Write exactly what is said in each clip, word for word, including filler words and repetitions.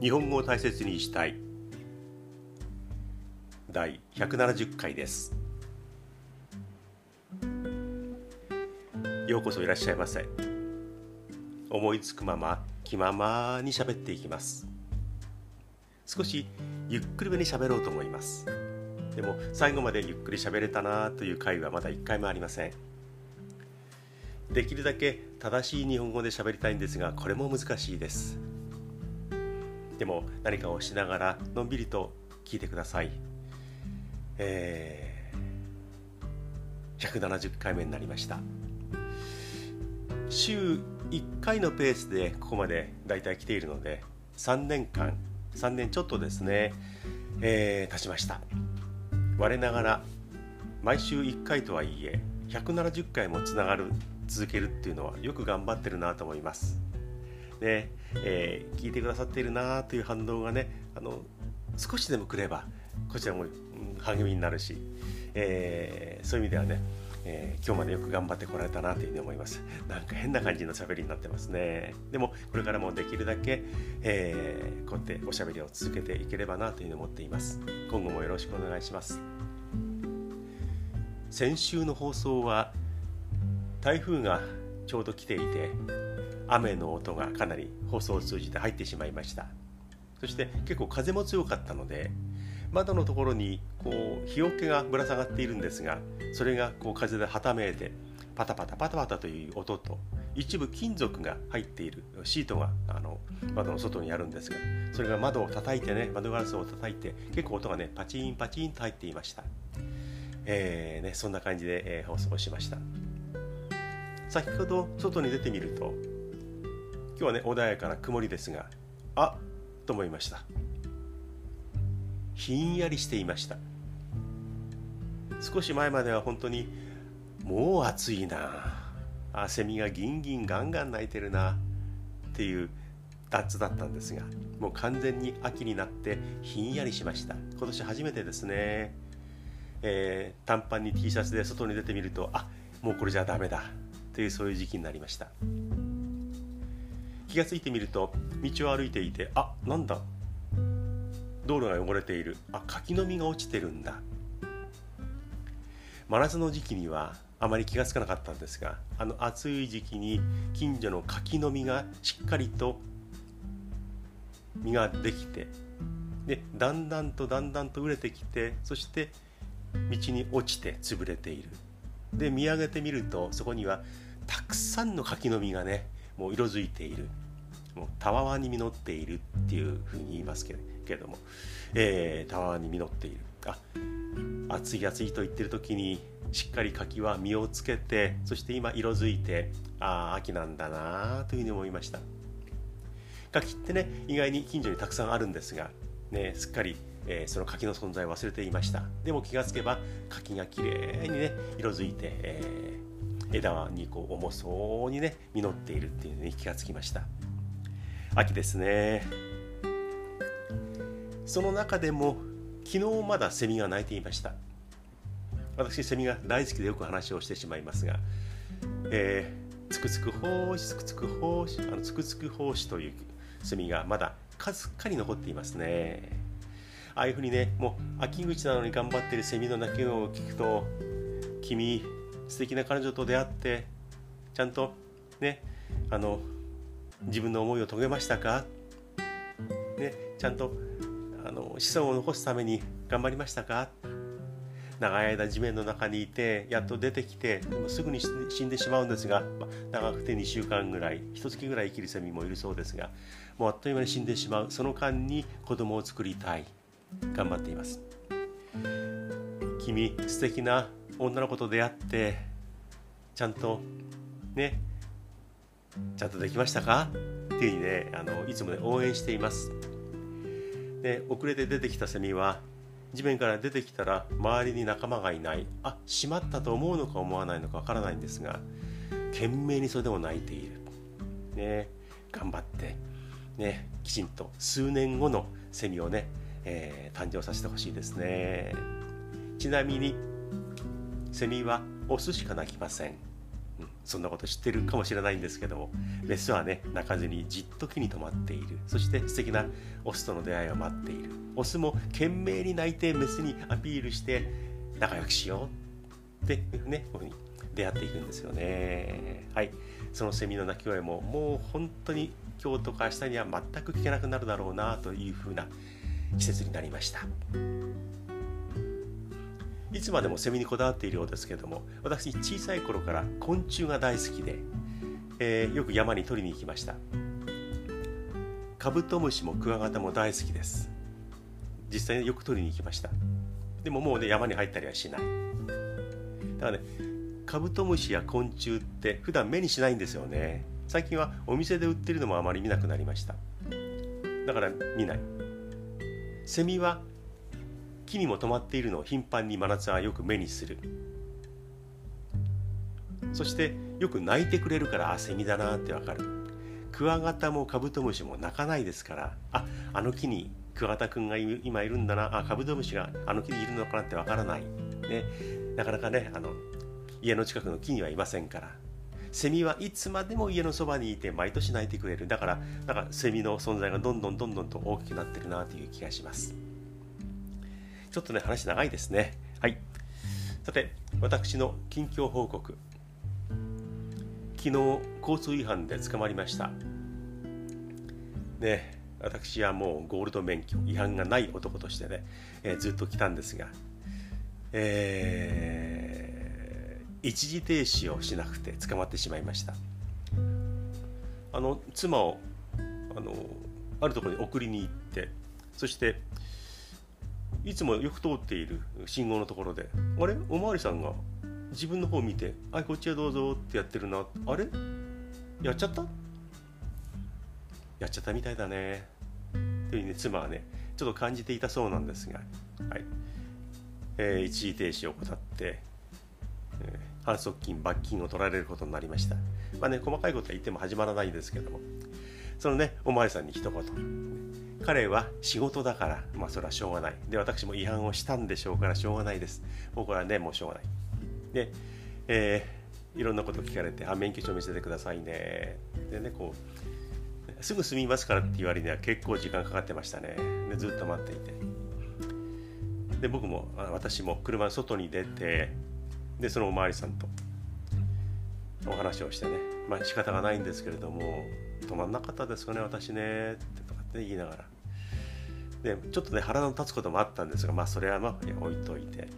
日本語を大切にしたいだいひゃくななじゅっかいです。ようこそいらっしゃいませ。思いつくまま気ままに喋っていきます。少しゆっくりめに喋ろうと思います。でも最後までゆっくり喋れたなという回はまだいっかいもありません。できるだけ正しい日本語で喋りたいんですが、これも難しいです。でも何かをしながらのんびりと聞いてください。えー、ひゃくななじゅっかいめになりました。週いっかいのペースでここまでだいたい来ているので、さんねんかんさんねんちょっとですね、えー、経ちました。我ながら毎週いっかいとはいえひゃくななじゅっかいもつながる続けるっていうのはよく頑張ってるなと思います。で、えー、聞いてくださっているなという反応がね、あの少しでもくればこちらも、うん、励みになるし、えー、そういう意味ではね、えー、今日までよく頑張ってこられたなというふうに思います。なんか変な感じの喋りになってますね。でもこれからもできるだけ、えー、こうやっておしゃべりを続けていければなというふうに思っています。今後もよろしくお願いします。先週の放送は台風がちょうど来ていて、雨の音がかなり放送を通じて入ってしまいました。そして結構風も強かったので、窓のところにこう日よけがぶら下がっているんですが、それがこう風ではためいてパタパタパタパタという音と、一部金属が入っているシートがあの窓の外にあるんですが、それが窓を叩いてね、窓ガラスを叩いて結構音がねパチンパチンと入っていました。えーね、そんな感じで、えー、放送しました。先ほど外に出てみると、今日はね穏やかな曇りですが、あっと思いました。ひんやりしていました。少し前までは本当にもう暑いなあ、セミがギンギンガンガン鳴いてるなっていう夏だったんですが、もう完全に秋になってひんやりしました。今年初めてですね。えー、短パンに T シャツで外に出てみると、あ、もうこれじゃダメだという、そういう時期になりました。気がついてみると道を歩いていて、あ、なんだ、道路が汚れている、あ、柿の実が落ちてるんだ。真夏の時期にはあまり気がつかなかったんですが、あの暑い時期に近所の柿の実がしっかりと実ができて、でだんだんとだんだんと熟れてきて、そして道に落ちて潰れている。で見上げてみると、そこにはたくさんの柿の実がね、もう色づいている、もうたわわに実っているっていうふうに言いますけれども、えー、たわわに実っている。あ、暑い暑いと言ってる時にしっかり柿は実をつけて、そして今色づいて、ああ秋なんだなというふうに思いました。柿ってね、意外に近所にたくさんあるんですが、ね、すっかりえー、その柿の存在を忘れていました。でも気がつけば柿がきれいにね色づいて、えー、枝にこう重そうにね実っているっていうのに気がつきました。秋ですね。その中でも昨日まだセミが鳴いていました。私セミが大好きでよく話をしてしまいますが、えー、つくつく胞子つくつく胞子あのつくつく胞子というセミがまだ数かに残っていますね。ああいうふうにね、もう秋口なのに頑張っているセミの鳴き声を聞くと、君素敵な彼女と出会ってちゃんとね、あの自分の思いを遂げましたか、ね、ちゃんとあの子孫を残すために頑張りましたか。長い間地面の中にいてやっと出てきて、でもすぐに死んでしまうんですが、まあ、長くてにしゅうかんぐらい、いっかげつぐらい生きるセミもいるそうですが、もうあっという間に死んでしまう。その間に子供を作りたい、頑張っています。君素敵な女の子と出会ってちゃんとねちゃんとできましたかっていうふうにね、あのいつもね応援しています。で遅れて出てきたセミは地面から出てきたら周りに仲間がいない、あ、しまったと思うのか思わないのかわからないんですが、懸命にそれでも泣いている、ね、頑張ってね、きちんと数年後のセミをねえー、誕生させてほしいですね。ちなみにセミはオスしか鳴きません。 うん、そんなこと知ってるかもしれないんですけども、メスはね鳴かずにじっと木に止まっている。そして素敵なオスとの出会いを待っている。オスも懸命に鳴いてメスにアピールして仲良くしようってね、こういうふうに出会っていくんですよね。はい、そのセミの鳴き声ももう本当に今日とか明日には全く聞けなくなるだろうなというふうな季節になりました。いつまでもセミにこだわっているようですけれども、私小さい頃から昆虫が大好きで、えー、よく山に取りに行きました。カブトムシもクワガタも大好きです。実際によく取りに行きました。でももうね山に入ったりはしない。だからね、カブトムシや昆虫って普段目にしないんですよね。最近はお店で売ってるのもあまり見なくなりました。だから見ない。セミは木にも止まっているのを頻繁に真夏はよく目にする。そしてよく鳴いてくれるから、あ、セミだなってわかる。クワガタもカブトムシも鳴かないですから、あ、あの木にクワガタくんが今いるんだな、あ、カブトムシがあの木にいるのかなってわからない、ね、なかなかね、あの家の近くの木にはいませんから。セミはいつまでも家のそばにいて毎年鳴いてくれる。だからだからセミの存在がどんどんどんどんと大きくなってるなという気がします。ちょっとね話長いですね。はい、さて私の近況報告。昨日交通違反で捕まりましたね。私はもうゴールド免許、違反がない男としてね、えー、ずっと来たんですが、えー、一時停止をしなくて捕まってしまいました。あの妻をあのあるところに送りに行って、そしていつもよく通っている信号のところで、あれおまわりさんが自分の方を見て、あ、こっちへどうぞってやってるな。あれやっちゃったやっちゃったみたいだねというね、妻はねちょっと感じていたそうなんですが、はい、えー、一時停止を怠って、えー、反則金罰金を取られることになりました。まあね、細かいことは言っても始まらないんですけども、そのねおまわりさんに一言、彼は仕事だから、まあそれはしょうがない。で、私も違反をしたんでしょうからしょうがないです。もうこれはね、もうしょうがない。で、えー、いろんなこと聞かれて、あ、免許証見せてくださいね。でね、こう、すぐ済みますからって言われには結構時間かかってましたね。で、ずっと待っていて。で、僕も、私も車の外に出て、で、そのおまわりさんとお話をしてね、まあ仕方がないんですけれども、止まんなかったですよね、私ね、ってとかって言いながら。で、ちょっとね、腹の立つこともあったんですが、まあそれはまあ置いといて。で、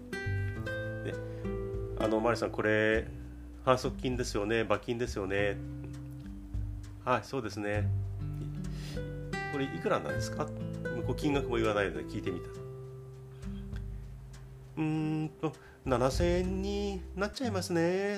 あのおまわりさん、これ反則金ですよね、罰金ですよね。はい、そうですね。これいくらなんですか？こう金額も言わないので聞いてみた。うーんとななせんえんになっちゃいますね。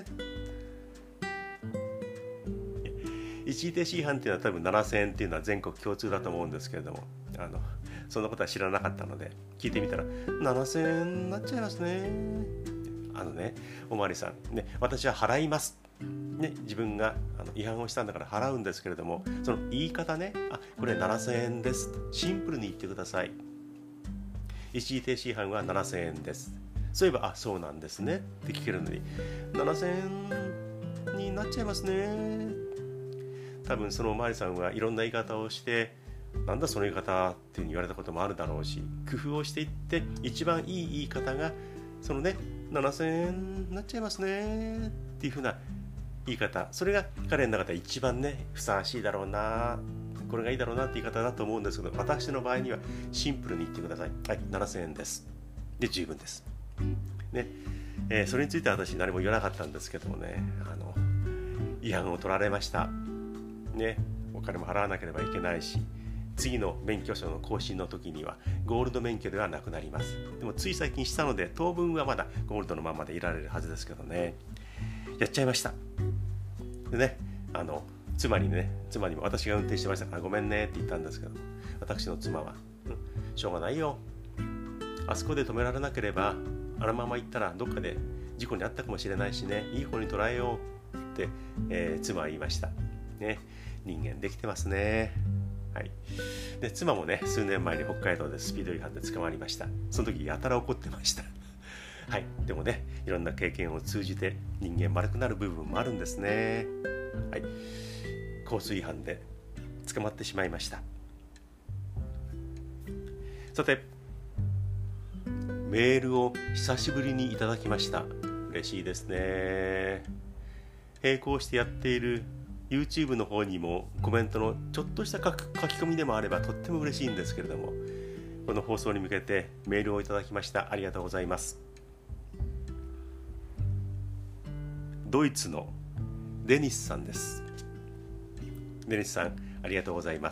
一時停止違反っていうのは多分ななせんえんっていうのは全国共通だと思うんですけれども、あのそんなことは知らなかったので聞いてみたら、ななせんえんになっちゃいますね。あのね、おまわりさんね、私は払いますね、自分があの違反をしたんだから払うんですけれども、その言い方ね、あ、これななせんえんです、シンプルに言ってください。一時停止違反はななせんえんです。そういえば、あ、そうなんですねって聞けるのに、ななせんえんになっちゃいますね。多分そのおまわりさんはいろんな言い方をして、なんだその言い方っていうふうに言われたこともあるだろうし、工夫をしていって一番いい言い方がそのね、ななせんえんになっちゃいますねっていうふうな言い方、それが彼の中で一番ねふさわしいだろうな、これがいいだろうなって言い方だと思うんですけど、私の場合にはシンプルに言ってください。はい、ななせんえんですで十分ですね。えー、それについては私何も言わなかったんですけどもね、あの違反を取られましたね。お金も払わなければいけないし、次の免許証の更新の時にはゴールド免許ではなくなります。でもつい最近したので当分はまだゴールドのままでいられるはずですけどね、やっちゃいました。でね、あの妻にね、妻にも私が運転してましたからごめんねって言ったんですけど、私の妻は、うん、しょうがないよ、あそこで止められなければあのまま行ったらどっかで事故に遭ったかもしれないしね、いい方に捉えようって、えー、妻は言いましたね。人間できてますね。はい、で妻もね数年前に北海道でスピード違反で捕まりました。その時やたら怒ってました。 はい、でもね、いろんな経験を通じて人間丸くなる部分もあるんですね。はい、交通違反で捕まってしまいました。さて、メールを久しぶりにいただきました。嬉しいですね。並行してやっている YouTube の方にもコメントのちょっとした書き込みでもあればとっても嬉しいんですけれども、この放送に向けてメールをいただきました。ありがとうございます。ドイツのデニスさんです。デニスさん、ありがとうございます。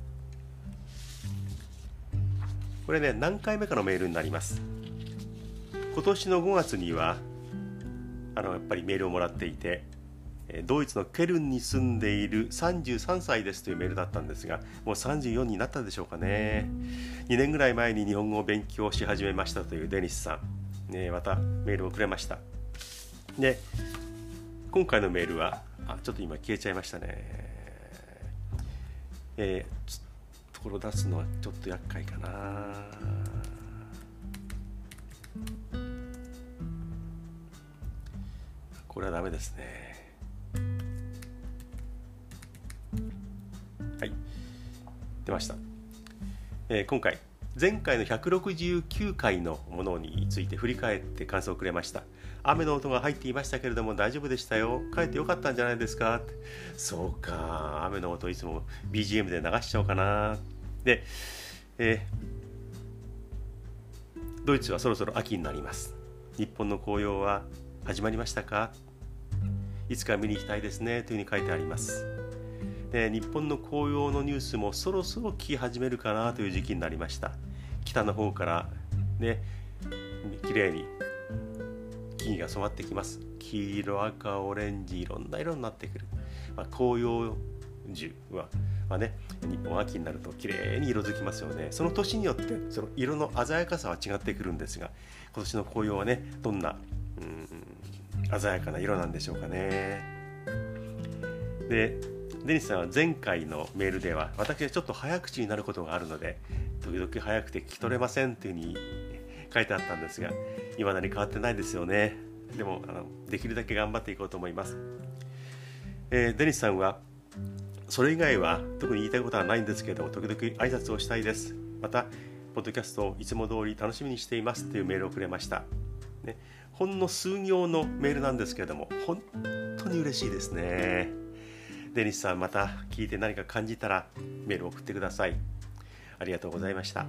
これね、何回目かのメールになります。今年のごがつにはあのやっぱりメールをもらっていて、ドイツのケルンに住んでいるさんじゅうさんさいですというメールだったんですが、もうさんじゅうよんになったでしょうかね。にねんぐらい前に日本語を勉強し始めましたというデニスさん、ね、またメールをくれました。で、今回のメールはあちょっと今消えちゃいましたね。えー、ところ出すのはちょっと厄介かな。これはダメですね。はい、出ました。えー、今回前回のひゃくろくじゅうきゅうかいのものについて振り返って感想をくれました。雨の音が入っていましたけれども大丈夫でしたよ。帰ってよかったんじゃないですか。そうか、雨の音いつも ビージーエム で流しちゃおうかな。で、えー、ドイツはそろそろ秋になります。日本の紅葉は始まりましたか。いつか見に行きたいですねというふうに書いてあります。で、日本の紅葉のニュースもそろそろ聞き始めるかなという時期になりました。北の方からね、綺麗に木々が染まってきます。黄色、赤、オレンジ、いろんな色になってくる、まあ、紅葉樹は、まあね、日本秋になると綺麗に色づきますよね。その年によってその色の鮮やかさは違ってくるんですが、今年の紅葉はね、どんな、うん、鮮やかな色なんでしょうかね。で、デニスさんは前回のメールでは、私はちょっと早口になることがあるので時々早くて聞き取れませんというふうに書いてあったんですが、未だに変わってないですよね。でもあのできるだけ頑張っていこうと思います。えー、デニスさんはそれ以外は特に言いたいことはないんですけど、時々挨拶をしたいです。またポッドキャストをいつも通り楽しみにしていますというメールをくれました、ね、ほんの数行のメールなんですけれども本当に嬉しいですね。デニスさん、また聞いて何か感じたらメールを送ってください。ありがとうございました。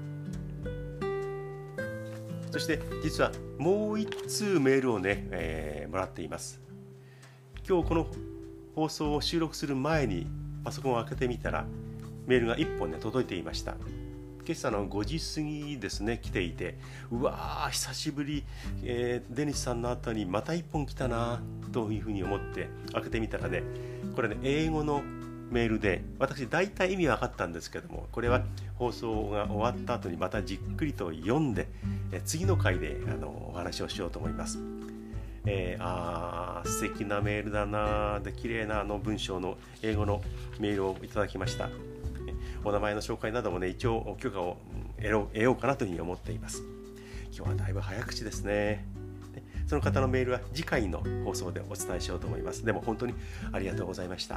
そして実はもう一通メールをね、えー、もらっています。今日この放送を収録する前にパソコンを開けてみたらメールがいっぽんね届いていました。今朝のごじ過ぎですね、来ていて、うわー久しぶり、えー、デニスさんの後にまたいっぽん来たなというふうに思って開けてみたらね、これね英語のメールで、私大体意味分かったんですけども、これは放送が終わった後にまたじっくりと読んで、え次の回であのお話をしようと思います。えー、あー素敵なメールだな。で、綺麗なあの文章の英語のメールをいただきました。お名前の紹介などもね、一応許可を得ようかなというふうに思っています。今日はだいぶ早口ですね。その方のメールは次回の放送でお伝えしようと思います。でも本当にありがとうございました。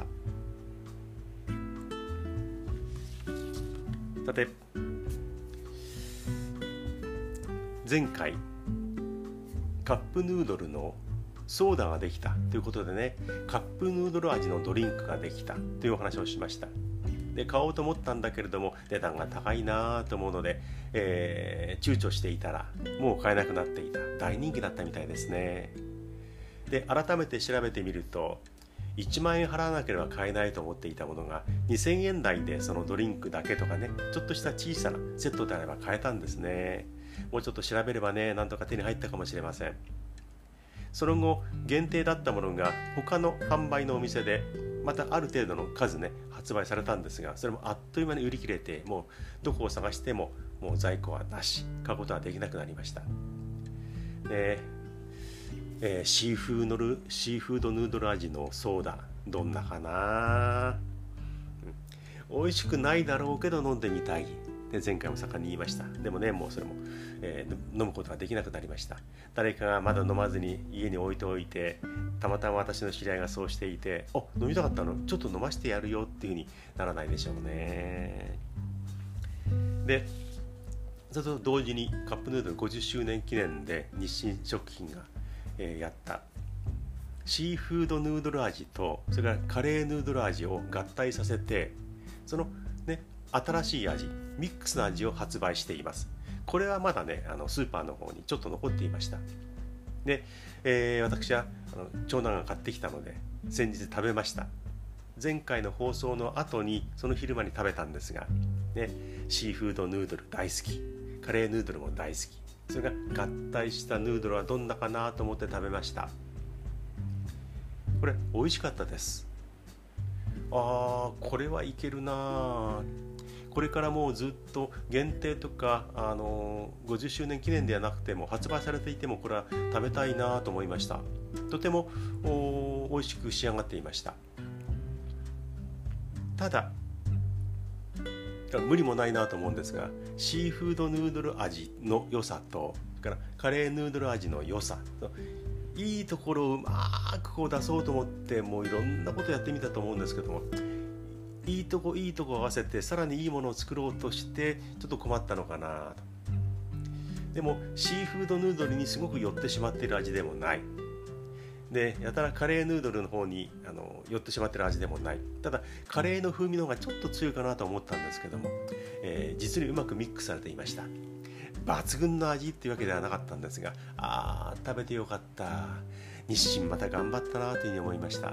さて、前回カップヌードルのソーダができたということでね、カップヌードル味のドリンクができたというお話をしました。で、買おうと思ったんだけれども値段が高いなと思うので、えー、躊躇していたらもう買えなくなっていた。大人気だったみたいですね。で、改めて調べてみるといちまんえん払わなければ買えないと思っていたものがにせんえん台で、そのドリンクだけとかね、ちょっとした小さなセットであれば買えたんですね。もうちょっと調べればね、なんとか手に入ったかもしれません。その後限定だったものが他の販売のお店でまたある程度の数ね発売されたんですが、それもあっという間に売り切れて、もうどこを探してももう在庫はなし、買うことはできなくなりました。で、えー、シーフードルシーフードヌードル味のソーダ、どんなかな、うん、美味しくないだろうけど飲んでみたい。 で前回も盛んに言いました。でもね、もうそれも、えー、飲むことができなくなりました。誰かがまだ飲まずに家に置いておいて、たまたま私の知り合いがそうしていて、あ、飲みたかったのちょっと飲ましてやるよっていうふうにならないでしょうね。でそれと同時にカップヌードルごじゅっしゅうねん記念で日清食品が、えー、やったシーフードヌードル味とそれからカレーヌードル味を合体させて、そのね新しい味ミックスの味を発売しています。これはまだねあのスーパーの方にちょっと残っていました。で、えー、私はあの長男が買ってきたので先日食べました。前回の放送の後にその昼間に食べたんですが、ね、シーフードヌードル大好き、カレーヌードルも大好き、それが合体したヌードルはどんなかなと思って食べました。これ美味しかったです。あー、これはいけるな。これからもうずっと限定とか、あのー、ごじゅっしゅうねん記念ではなくても発売されていてもこれは食べたいなと思いました。とても美味しく仕上がっていました。ただ無理もないなと思うんですが、シーフードヌードル味の良さとそれからカレーヌードル味の良さ、いいところをうまくこう出そうと思ってもういろんなことやってみたと思うんですけども、いいとこいいとこ合わせてさらにいいものを作ろうとしてちょっと困ったのかなと。でもシーフードヌードルにすごく寄ってしまっている味でもない。でやたらカレーヌードルの方にあの寄ってしまっている味でもない。ただカレーの風味の方がちょっと強いかなと思ったんですけども、えー、実にうまくミックスされていました。抜群の味っていうわけではなかったんですが、あー食べてよかった、日清また頑張ったなというふうに思いました。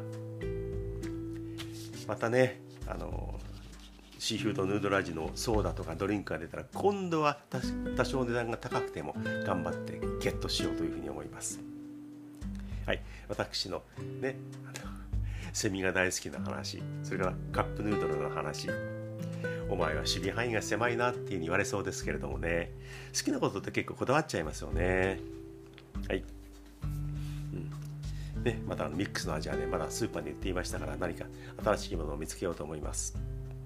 またねあのシーフードヌードル味のソーダとかドリンクが出たら今度は多少値段が高くても頑張ってゲットしようというふうに思います。はい、私のねあのセミが大好きな話、それからカップヌードルの話、お前は守備範囲が狭いなっていう風に言われそうですけれどもね、好きなことって結構こだわっちゃいますよね。はい、うんね、またミックスの味はねまだスーパーに売っていましたから、何か新しいものを見つけようと思います。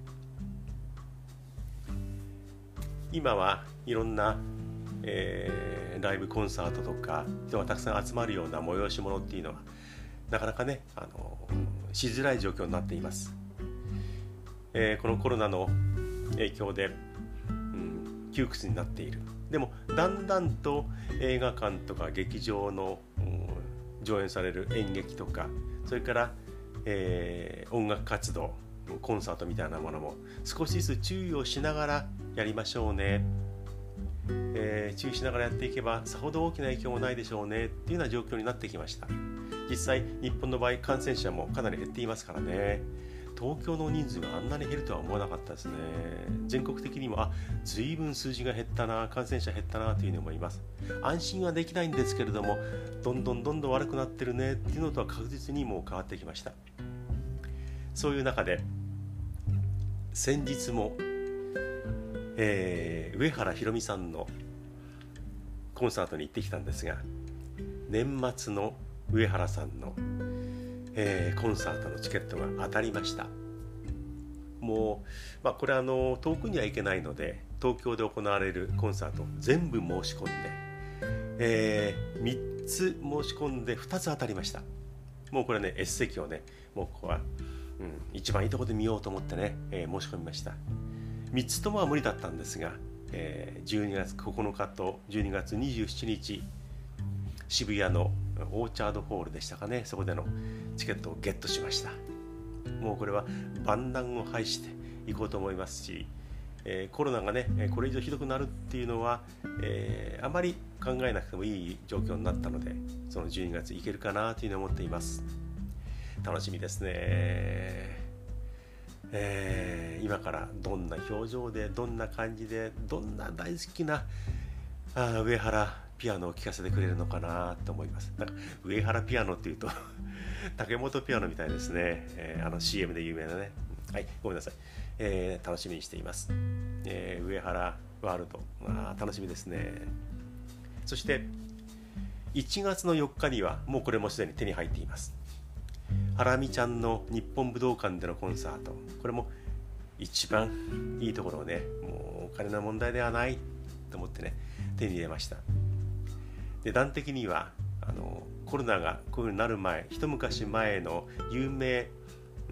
今はいろんなえー、ライブコンサートとか人がたくさん集まるような催し物っていうのはなかなかねあのしづらい状況になっています。えー、このコロナの影響で、うん、窮屈になっている。でもだんだんと映画館とか劇場の、うん、上演される演劇とかそれから、えー、音楽活動コンサートみたいなものも少しずつ注意をしながらやりましょうね、えー、注意しながらやっていけばさほど大きな影響もないでしょうねっていうような状況になってきました。実際日本の場合感染者もかなり減っていますからね。東京の人数があんなに減るとは思わなかったですね。全国的にもあ随分数字が減ったな、感染者減ったなというふうに思います。安心はできないんですけれどもどんどんどんどん悪くなってるねっていうのとは確実にもう変わってきました。そういう中で先日も、えー、上原ひろみさんのコンサートに行ってきたんですが、年末の上原さんの、えー、コンサートのチケットが当たりました。もう、まあ、これはあの遠くには行けないので東京で行われるコンサート全部申し込んで、えー、みっつ申し込んでふたつ当たりました。もうこれね S 席をねもうここは、うん、一番いいところで見ようと思ってね、えー、申し込みました。みっつともは無理だったんですが、えー、じゅうにがつここのかとじゅうにがつにじゅうしちにち渋谷のオーチャードホールでしたかね、そこでのチケットをゲットしました。もうこれは万難を排していこうと思いますし、えー、コロナがねこれ以上ひどくなるっていうのは、えー、あまり考えなくてもいい状況になったので、そのじゅうにがついけるかなというふうに思っています。楽しみですね。えー、今からどんな表情でどんな感じでどんな大好きなあ上原ピアノを聴かせてくれるのかなと思います。なんか上原ピアノっていうと竹本ピアノみたいですね、えー、あの シーエム で有名なね。はい、ごめんなさい、えー、楽しみにしています、えー、上原ワールド、あ楽しみですね。そしていちがつのよっかにはもうこれもすでに手に入っています。ハラミちゃんの日本武道館でのコンサート、これも一番いいところをねもう金の問題ではないと思ってね手に入れました。値段的にはあのコロナがこういうふうになる前、一昔前の有名、うん、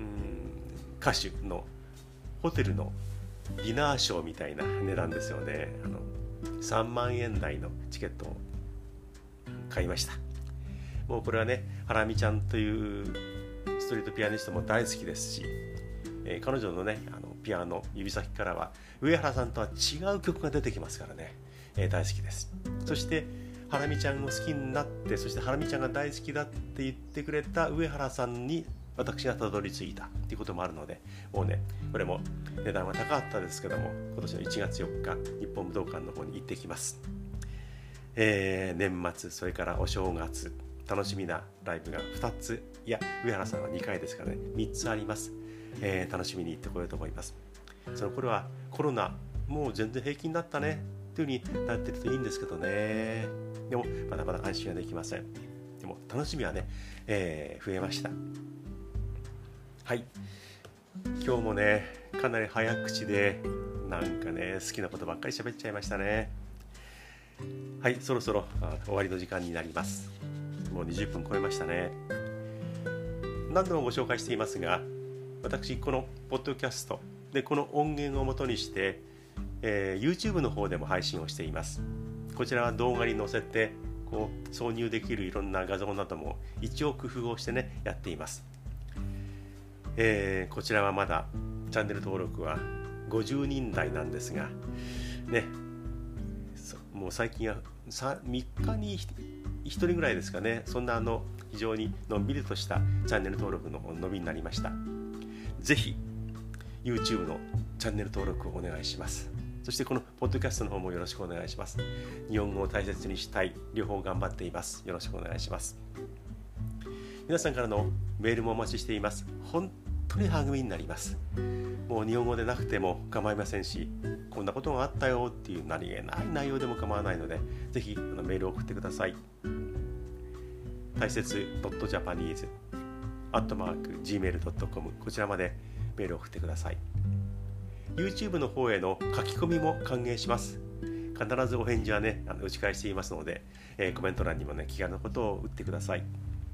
歌手のホテルのディナーショーみたいな値段ですよね。あのさんまんえん台のチケットを買いました。もうこれはね、ハラミちゃんというストリートピアニストも大好きですし、えー、彼女のねあのピアノ指先からは上原さんとは違う曲が出てきますからね、えー、大好きです。そしてハラミちゃんを好きになって、そしてハラミちゃんが大好きだって言ってくれた上原さんに私がたどり着いたっていうこともあるので、もうねこれも値段は高かったですけども、今年のいちがつよっか日本武道館の方に行ってきます。えー、年末それからお正月楽しみなライブがふたつ、いや上原さんはにかいですからねみっつあります。えー、楽しみに行ってこようと思います。その頃はコロナもう全然平気になったねという風になってるといいんですけどね。でもまだまだ安心はできません。でも楽しみはね、えー、増えました。はい、今日もねかなり早口でなんかね好きなことばっかり喋っちゃいましたね。はい、そろそろ終わりの時間になります。もうにじゅっぷん超えましたね。何度もご紹介していますが、私このポッドキャストでこの音源を元にして、えー、YouTube の方でも配信をしています。こちらは動画に載せてこう挿入できるいろんな画像なども一応工夫をしてねやっています。えー、こちらはまだチャンネル登録はごじゅうにん台なんですがね、もう最近はみっかにひとりぐらいですかね、そんなあの非常にのんびりとしたチャンネル登録の伸びになりました。ぜひ YouTube のチャンネル登録をお願いします。そしてこのポッドキャストの方もよろしくお願いします。日本語を大切にしたい、両方頑張っています。よろしくお願いします。皆さんからのメールもお待ちしています。本当に励みになります。もう日本語でなくても構いませんし、こんなことがあったよっていう何気ない内容でも構わないので、ぜひあのメールを送ってください。大切 .japanese アットマーク ジーメール ドットコム こちらまでメールを送ってください。 YouTube の方への書き込みも歓迎します。必ずお返事はねあの打ち返していますので、えー、コメント欄にもね気軽なことを打ってください。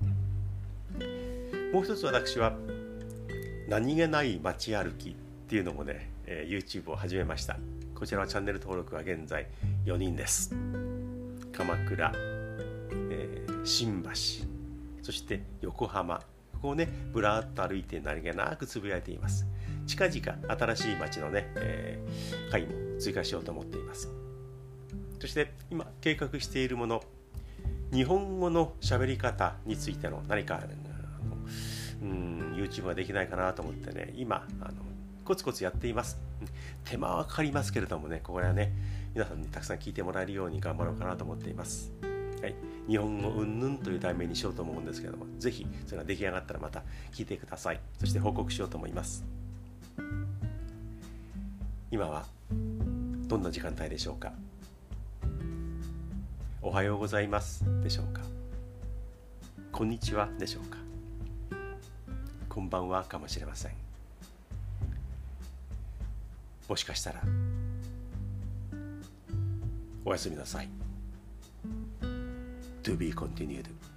もう一つ私は何気ない街歩きっていうのもね、えー、YouTube を始めました。こちらはチャンネル登録は現在よにんです。鎌倉、えー、新橋、そして横浜、ここをねぶらっと歩いて何気なくつぶやいています。近々新しい街のね、えー、回も追加しようと思っています。そして今計画しているもの、日本語の喋り方についての何かあのうん YouTube ができないかなと思ってね今あのコツコツやっています。手間はかかりますけれどもね、これはね皆さんにたくさん聞いてもらえるように頑張ろうかなと思っています。はい、日本語うんぬんという題名にしようと思うんですけれども、ぜひそれが出来上がったらまた聞いてください。そして報告しようと思います。今はどんな時間帯でしょうか。おはようございますでしょうか。こんにちはでしょうか。こんばんはかもしれません。もしかしたらおやすみなさい。To be continued